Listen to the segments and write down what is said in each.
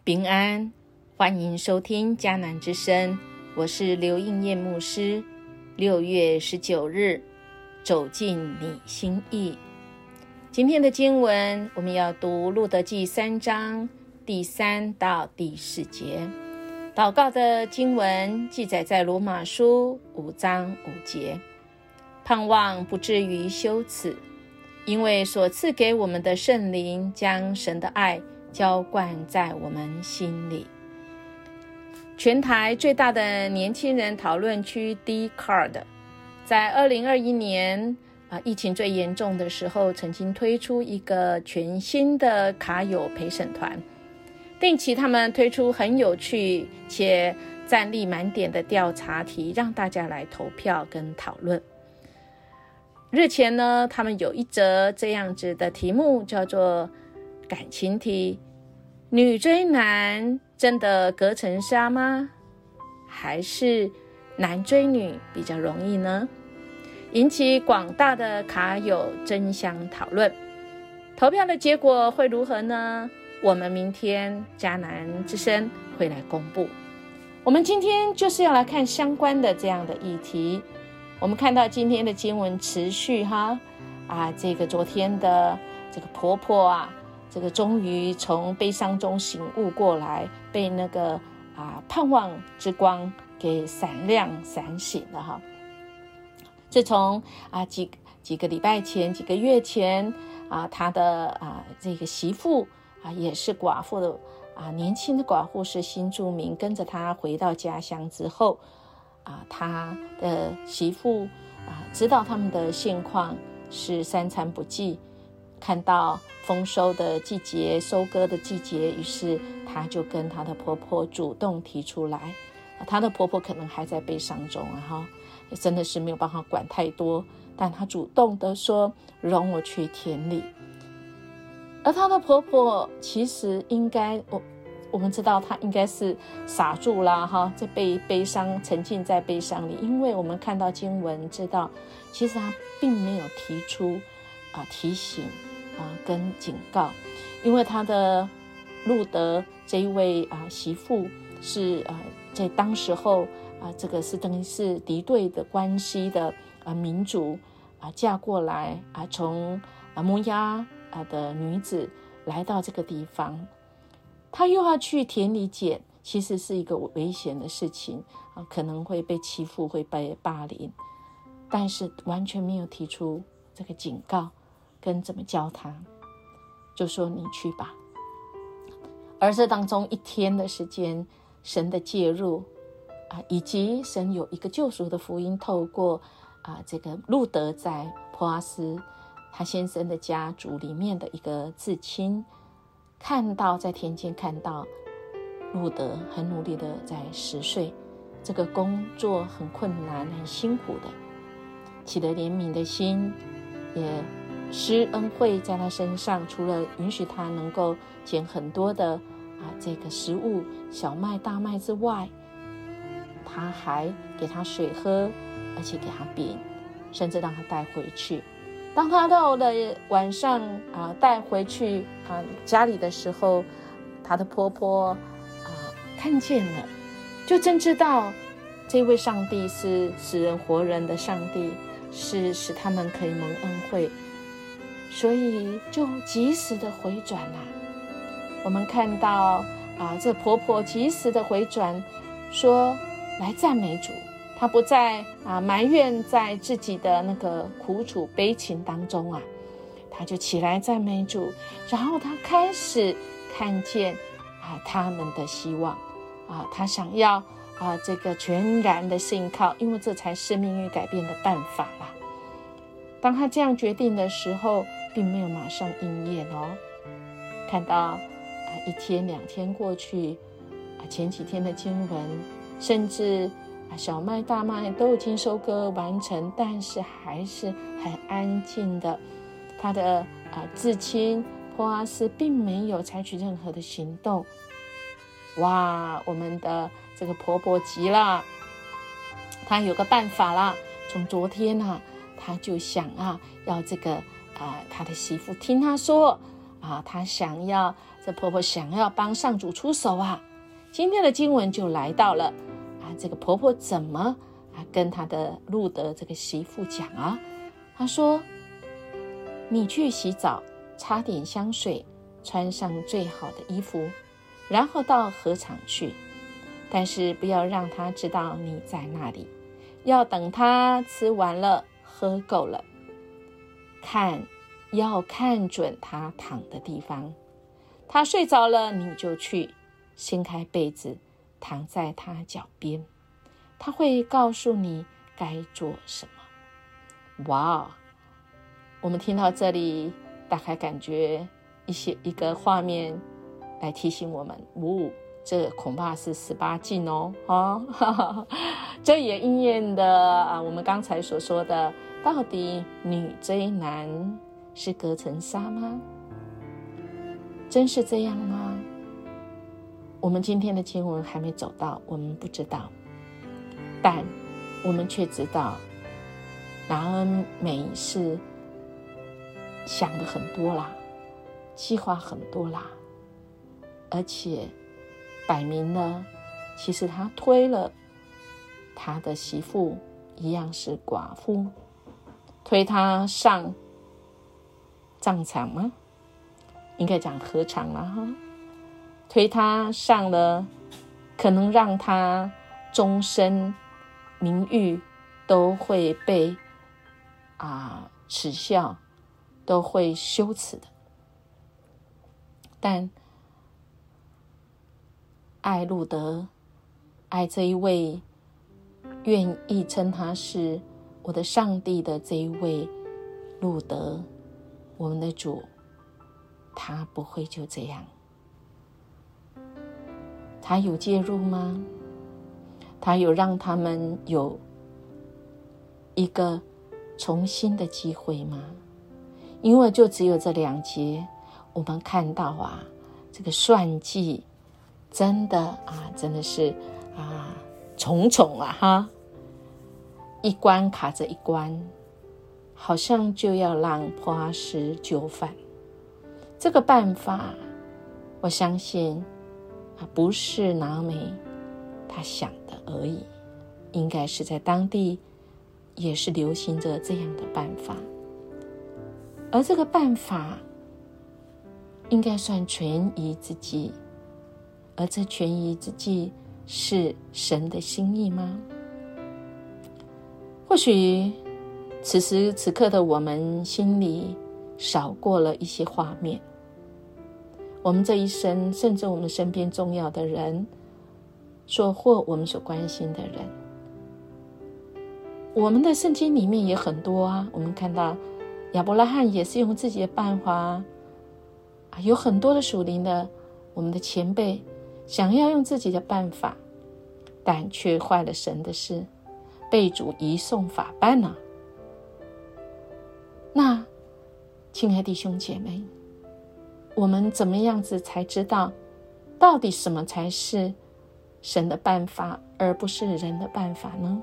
平安，欢迎收听迦南之声，我是刘应艳牧师。6月19日，走进你心意。今天的经文我们要读路得记3章第3到第4节。祷告的经文记载在罗马书5章5节。盼望不至于羞耻，因为所赐给我们的圣灵将神的爱浇灌在我们心里。全台最大的年轻人讨论区 Dcard 在2021年疫情最严重的时候，曾经推出一个全新的卡友陪审团，定期他们推出很有趣且战力满点的调查题，让大家来投票跟讨论。日前呢，他们有一则这样子的题目，叫做感情题：女追男真的隔层纱吗？还是男追女比较容易呢？引起广大的卡友争相讨论。投票的结果会如何呢？我们明天迦南之声会来公布。我们今天就是要来看相关的这样的议题。我们看到今天的经文持续这个昨天的这个婆婆这个终于从悲伤中醒悟过来，被那个盼望之光给闪亮闪醒了自从几个礼拜前几个月前她的这个媳妇也是寡妇的年轻的寡妇，是新住民，跟着她回到家乡之后她的媳妇知道他们的现况是三餐不继，看到丰收的季节，收割的季节，于是她就跟她的婆婆主动提出来。她的婆婆可能还在悲伤中也真的是没有办法管太多，但她主动的说容我去田里。而她的婆婆其实应该我们知道她应该是傻住啦在悲伤，沉浸在悲伤里，因为我们看到经文知道，其实她并没有提出提醒跟警告，因为她的路德这一位媳妇是在当时候这个是等于是敌对的关系的民族嫁过来从摩押的女子来到这个地方，她又要去田里捡，其实是一个危险的事情可能会被欺负，会被霸凌，但是完全没有提出这个警告跟怎么教她，就说你去吧。而这当中一天的时间，神的介入以及神有一个救赎的福音，透过这个路德在波阿斯他先生的家族里面的一个至亲，看到在田间看到路德很努力的在拾穗，这个工作很困难很辛苦的，起了怜悯的心，也施恩惠在他身上，除了允许他能够捡很多的这个食物小麦大麦之外，他还给他水喝，而且给他饼，甚至让他带回去。当他到了晚上带回去家里的时候，他的婆婆看见了，就真知道这位上帝是使人活人的上帝，是使他们可以蒙恩惠，所以就及时的回转了。我们看到这婆婆及时的回转，说来赞美主，她不再埋怨在自己的那个苦楚悲情当中她就起来赞美主，然后她开始看见他们的希望她想要这个全然的信靠，因为这才是命运改变的办法啦。当她这样决定的时候，并没有马上应验看到1天2天过去前几天的经文，甚至小麦大麦都已经收割完成，但是还是很安静的。他的至亲波阿斯并没有采取任何的行动。哇，我们的这个婆婆急了，她有个办法啦。从昨天她就想要这个她的媳妇听她说她这婆婆想要帮上主出手啊。今天的经文就来到了这个婆婆怎么跟她的路德这个媳妇讲啊？她说：“你去洗澡，擦点香水，穿上最好的衣服，然后到禾场去。但是不要让他知道你在那里，要等他吃完了，喝够了，要看准他躺的地方。他睡着了，你就去掀开被子，躺在他脚边，他会告诉你该做什么。”哇，我们听到这里，大概感觉一个画面来提醒我们，这恐怕是18禁哦。这也应验的我们刚才所说的，到底女追男是隔层纱吗？真是这样吗？我们今天的经文还没走到，我们不知道，但我们却知道拿俄美是想的很多啦，计划很多啦，而且摆明了，其实他推了他的媳妇，一样是寡妇，推他上战场吗？应该讲禾场了哈，推他上了，可能让他终身名誉都会被耻笑，都会羞耻的。但爱路德，爱这一位愿意称他是我的上帝的这一位路德，我们的主，他不会就这样。他有介入吗？他有让他们有一个重新的机会吗？因为就只有这2节，我们看到这个算计真的是重重一关卡着一关，好像就要让波阿斯就范。这个办法，我相信不是拿俄美他想的而已，应该是在当地也是流行着这样的办法。而这个办法应该算权宜之计，而这权宜之计是神的心意吗？或许此时此刻的我们心里少过了一些画面，我们这一生，甚至我们身边重要的人，或我们所关心的人，我们的圣经里面也很多我们看到亚伯拉罕也是用自己的办法有很多的属灵的我们的前辈想要用自己的办法，但却坏了神的事，被主移送法办了。那亲爱弟兄姐妹，我们怎么样子才知道到底什么才是神的办法，而不是人的办法呢？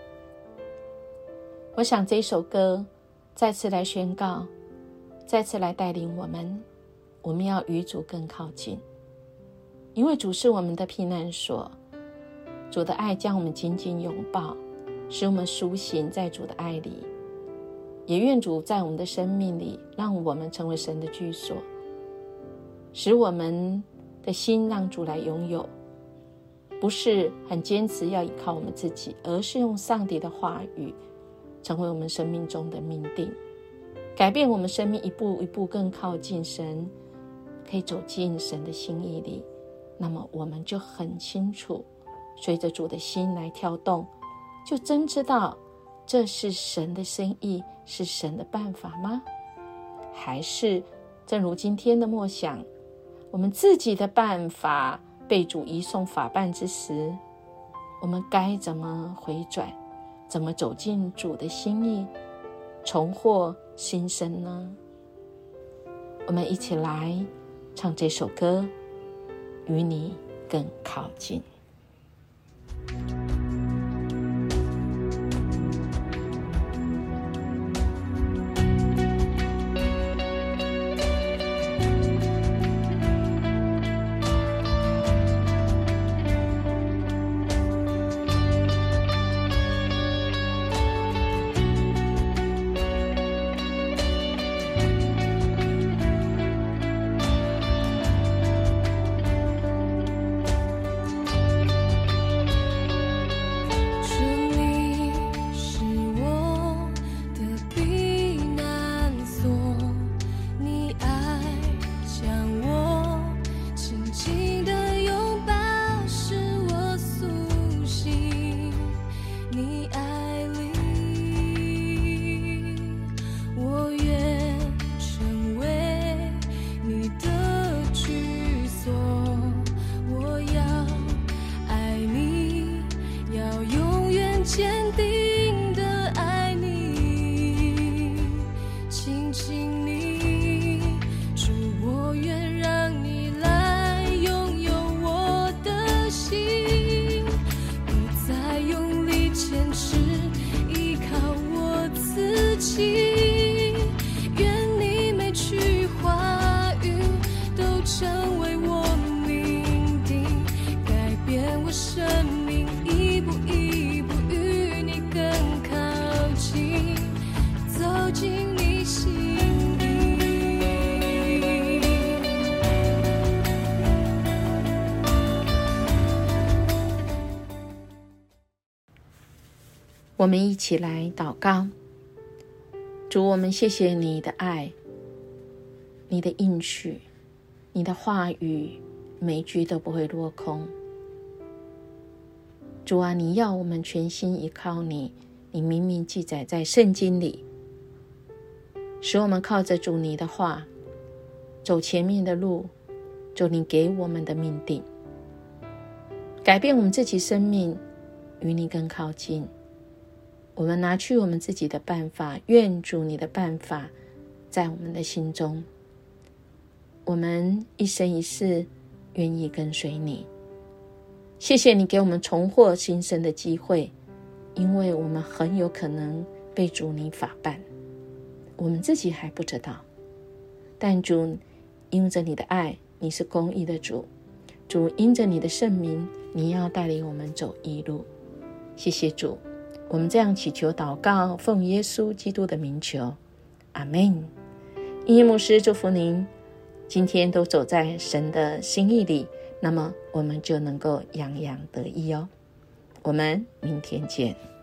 我想这首歌再次来宣告，再次来带领我们要与主更靠近，因为主是我们的避难所，主的爱将我们紧紧拥抱，使我们苏醒在主的爱里。也愿主在我们的生命里，让我们成为神的居所，使我们的心让主来拥有，不是很坚持要依靠我们自己，而是用上帝的话语成为我们生命中的命定，改变我们生命，一步一步更靠近神，可以走进神的心意里。那么我们就很清楚，随着主的心来跳动，就真知道这是神的心意，是神的办法吗？还是正如今天的默想，我们自己的办法被主移送法办之时，我们该怎么回转，怎么走进主的心意，重获新生呢？我们一起来唱这首歌，与你更靠近。 我们一起来祷告。主，我们谢谢你的爱，你的应许，你的话语每一句都不会落空。主啊，你要我们全心依靠你，你明明记载在圣经里，使我们靠着主你的话走前面的路，走你给我们的命定，改变我们自己生命，与你更靠近。我们拿去我们自己的办法，愿主你的办法在我们的心中。我们一生一世愿意跟随你。谢谢你给我们重获新生的机会，因为我们很有可能被主你法办，我们自己还不知道。但主因着你的爱，你是公义的主，主因着你的圣名，你要带领我们走义路。谢谢主，我们这样祈求祷告，奉耶稣基督的名求，阿们。音乐牧师祝福您今天都走在神的心意里，那么我们就能够洋洋得意哦。我们明天见。